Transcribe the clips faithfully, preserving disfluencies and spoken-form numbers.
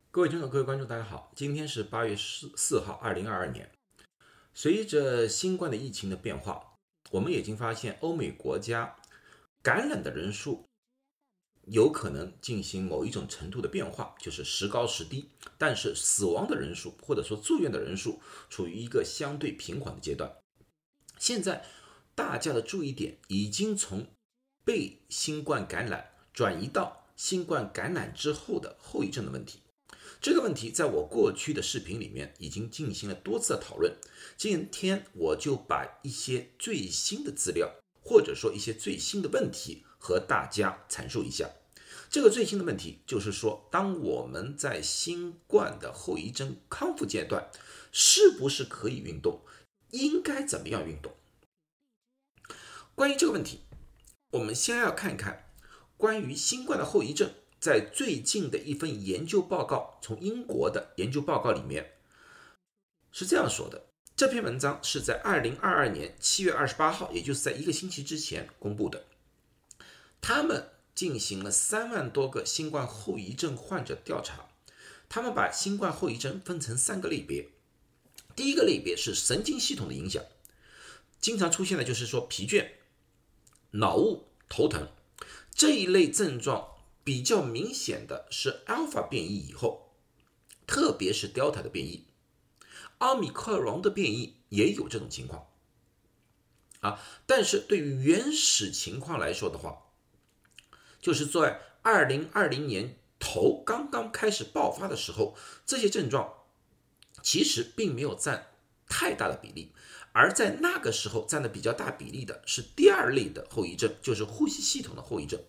各位听众、各位观众，大家好，今天是八月四号，二零二二年。随着新冠的疫情的变化，我们已经发现欧美国家感染的人数有可能进行某一种程度的变化，就是时高时低，但是死亡的人数或者说住院的人数处于一个相对平缓的阶段。现在大家的注意点已经从被新冠感染转移到新冠感染之后的后遗症的问题。这个问题在我过去的视频里面已经进行了多次的讨论，今天我就把一些最新的资料，或者说一些最新的问题和大家阐述一下。这个最新的问题就是说，当我们在新冠的后遗症康复阶段，是不是可以运动？应该怎么样运动？关于这个问题，我们先要看看关于新冠的后遗症在最近的一份研究报告，从英国的研究报告里面是这样说的。这篇文章是在二零二二年七月二十八号，也就是在一个星期之前公布的。他们进行了三万多个新冠后遗症患者调查，他们把新冠后遗症分成三个类别。第一个类别是神经系统的影响，经常出现的就是说疲倦、脑雾、头疼这一类症状。比较明显的是 Alpha 变异以后，特别是 Delta 的变异，奥密克戎的变异也有这种情况啊。但是对于原始情况来说的话，就是在二零二零年头刚刚开始爆发的时候，这些症状其实并没有占太大的比例，而在那个时候占的比较大比例的是第二类的后遗症，就是呼吸系统的后遗症。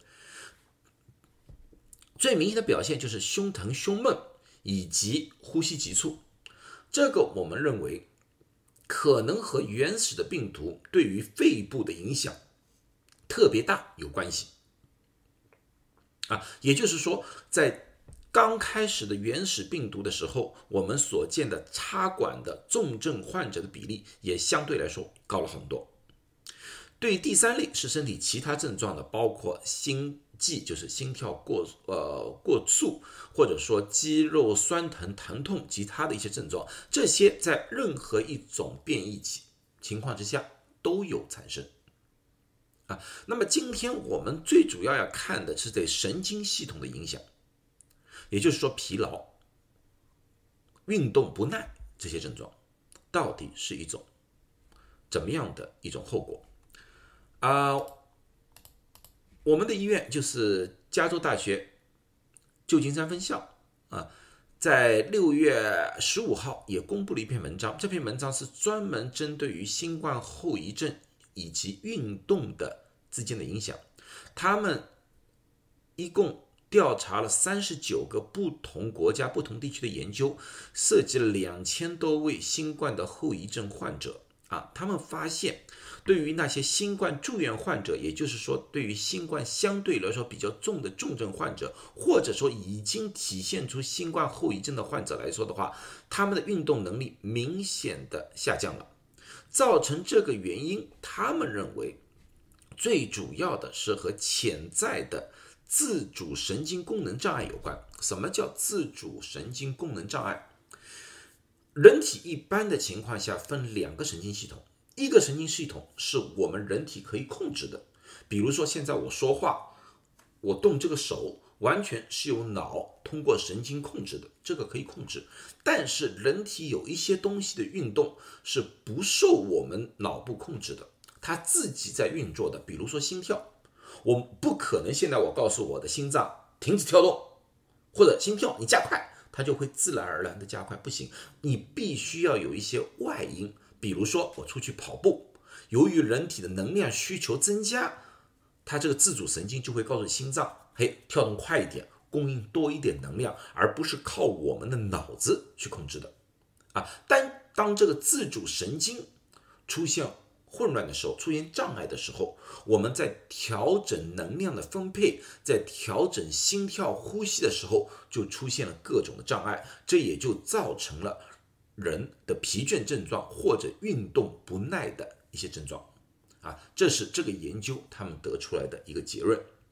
最明显的表现就是胸疼、胸闷以及呼吸急促，这个我们认为可能和原始的病毒对于肺部的影响特别大有关系啊。也就是说，在刚开始的原始病毒的时候，我们所见的插管的重症患者的比例也相对来说高了很多。对于第三类是身体其他症状的，包括心悸，就是心跳过呃过速，或者说肌肉酸疼、疼痛及他的一些症状，这些在任何一种变异情况之下都有产生啊。那么今天我们最主要要看的是对神经系统的影响，也就是说疲劳、运动不耐这些症状到底是一种怎么样的一种后果啊？我们的医院就是加州大学旧金山分校啊，在六月十五号也公布了一篇文章，这篇文章是专门针对于新冠后遗症以及运动的之间的影响。他们一共调查了三十九个不同国家、不同地区的研究，涉及了两千多位新冠的后遗症患者啊。他们发现，对于那些新冠住院患者，也就是说对于新冠相对来说比较重的重症患者，或者说已经体现出新冠后遗症的患者来说的话，他们的运动能力明显的下降了。造成这个原因，他们认为最主要的是和潜在的自主神经功能障碍有关。什么叫自主神经功能障碍？人体一般的情况下分两个神经系统，一个神经系统是我们人体可以控制的，比如说现在我说话，我动这个手，完全是由脑通过神经控制的，这个可以控制。但是人体有一些东西的运动是不受我们脑部控制的，它自己在运作的，比如说心跳，我不可能现在我告诉我的心脏停止跳动，或者心跳你加快，它就会自然而然的加快，不行，你必须要有一些外因，比如说我出去跑步，由于人体的能量需求增加，它这个自主神经就会告诉心脏，嘿，跳动快一点，供应多一点能量，而不是靠我们的脑子去控制的啊。但当这个自主神经出现混乱的时候，出现障碍的时候，我们在调整能量的分配，在调整心跳呼吸的时候，就出现了各种的障碍，这也就造成了人的疲倦症状或者运动不耐的一些症状啊。这是这个研究他们得出来的一个结论。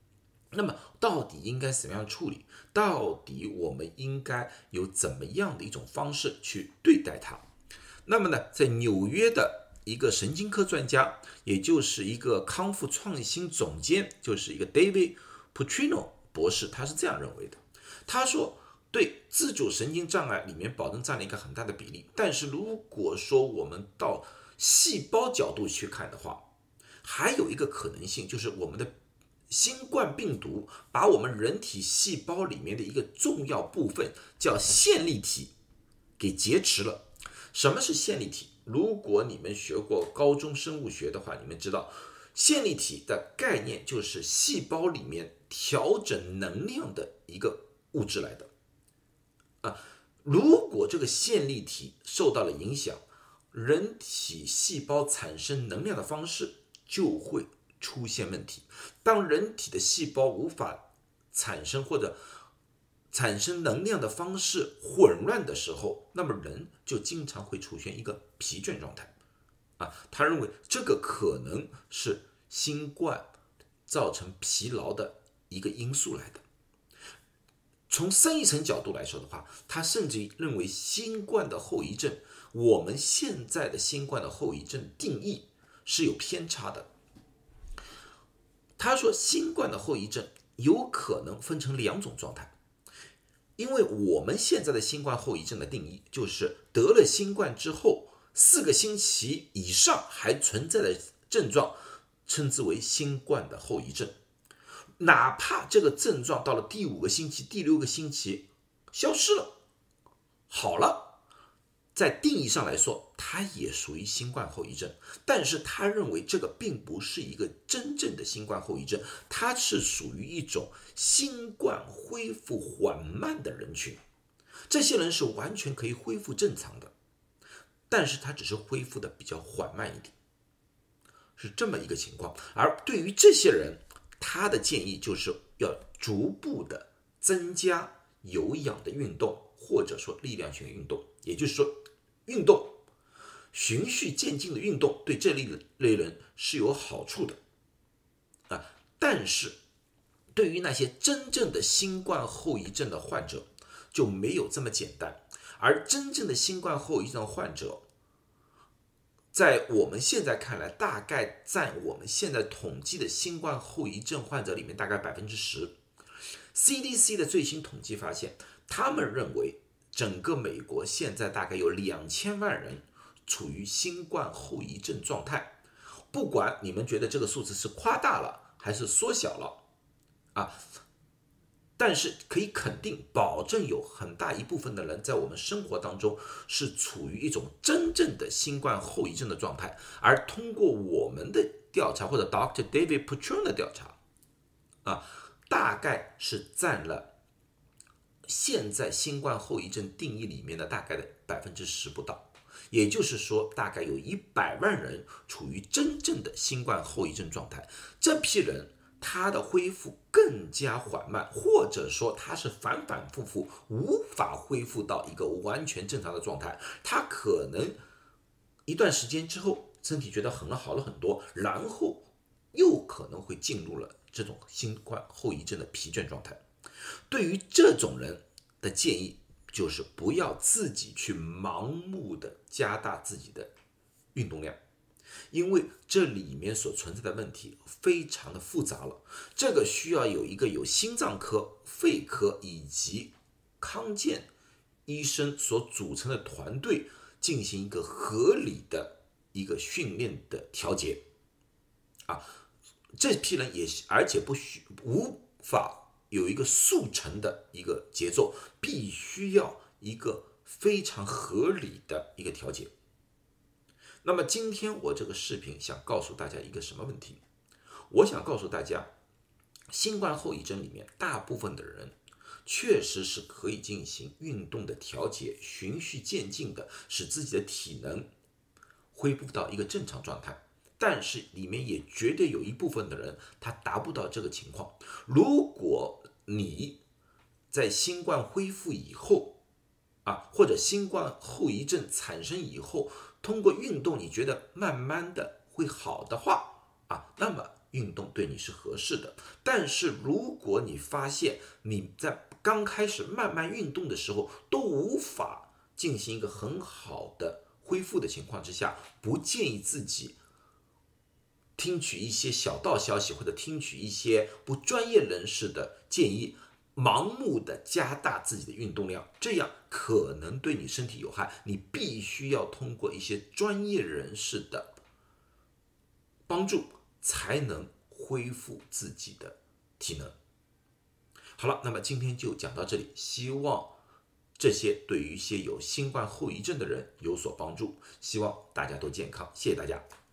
那么到底应该怎么样处理？到底我们应该有怎么样的一种方式去对待它？那么呢，在纽约的一个神经科专家，也就是一个康复创新总监，就是一个 David Puccino 博士，他是这样认为的。他说，对自主神经障碍里面保证占了一个很大的比例，但是如果说我们到细胞角度去看的话，还有一个可能性，就是我们的新冠病毒把我们人体细胞里面的一个重要部分叫线粒体给劫持了。什么是线粒体？如果你们学过高中生物学的话，你们知道线粒体的概念就是细胞里面调整能量的一个物质来的啊。如果这个线粒体受到了影响，人体细胞产生能量的方式就会出现问题。当人体的细胞无法产生或者产生能量的方式混乱的时候，那么人就经常会出现一个疲倦状态啊。他认为这个可能是新冠造成疲劳的一个因素来的。从深一层角度来说的话，他甚至认为新冠的后遗症，我们现在的新冠的后遗症定义是有偏差的。他说，新冠的后遗症有可能分成两种状态，因为我们现在的新冠后遗症的定义就是得了新冠之后四个星期以上还存在的症状，称之为新冠的后遗症。哪怕这个症状到了第五个星期、第六个星期消失了，好了，在定义上来说，它也属于新冠后遗症。但是他认为这个并不是一个真正的新冠后遗症，它是属于一种新冠恢复缓慢的人群。这些人是完全可以恢复正常的，但是他只是恢复的比较缓慢一点，是这么一个情况。而对于这些人，他的建议就是要逐步的增加有氧的运动，或者说力量型的运动。也就是说，运动循序渐进的运动对这类类人是有好处的啊。但是对于那些真正的新冠后遗症的患者就没有这么简单。而真正的新冠后遗症患者，在我们现在看来，大概占我们现在统计的新冠后遗症患者里面大概百分之十。C D C 的最新统计发现，他们认为整个美国现在大概有两千万人处于新冠后遗症状态。不管你们觉得这个数字是夸大了还是缩小了啊，但是可以肯定，保证有很大一部分的人在我们生活当中是处于一种真正的新冠后遗症的状态。而通过我们的调查，或者 Doctor David Puccino 的调查啊，大概是占了现在新冠后遗症定义里面的大概的百分之十不到。也就是说，大概有一百万人处于真正的新冠后遗症状态。这批人他的恢复更加缓慢，或者说他是反反复复无法恢复到一个完全正常的状态。他可能一段时间之后身体觉得很好了很多，然后又可能会进入了这种新冠后遗症的疲倦状态。对于这种人的建议就是不要自己去盲目的加大自己的运动量，因为这里面所存在的问题非常的复杂了。这个需要有一个有心脏科、肺科以及康健医生所组成的团队进行一个合理的一个训练的调节啊。这批人也而且不需无法有一个速成的一个节奏，必须要一个非常合理的一个调节。那么今天我这个视频想告诉大家一个什么问题？我想告诉大家，新冠后遗症里面大部分的人确实是可以进行运动的调节，循序渐进的使自己的体能恢复到一个正常状态。但是里面也绝对有一部分的人他达不到这个情况。如果你在新冠恢复以后啊，或者新冠后遗症产生以后，通过运动你觉得慢慢的会好的话啊，那么运动对你是合适的。但是如果你发现你在刚开始慢慢运动的时候都无法进行一个很好的恢复的情况之下，不建议自己听取一些小道消息，或者听取一些不专业人士的建议，盲目的加大自己的运动量，这样可能对你身体有害。你必须要通过一些专业人士的帮助，才能恢复自己的体能。好了，那么今天就讲到这里，希望这些对于一些有新冠后遗症的人有所帮助，希望大家都健康，谢谢大家。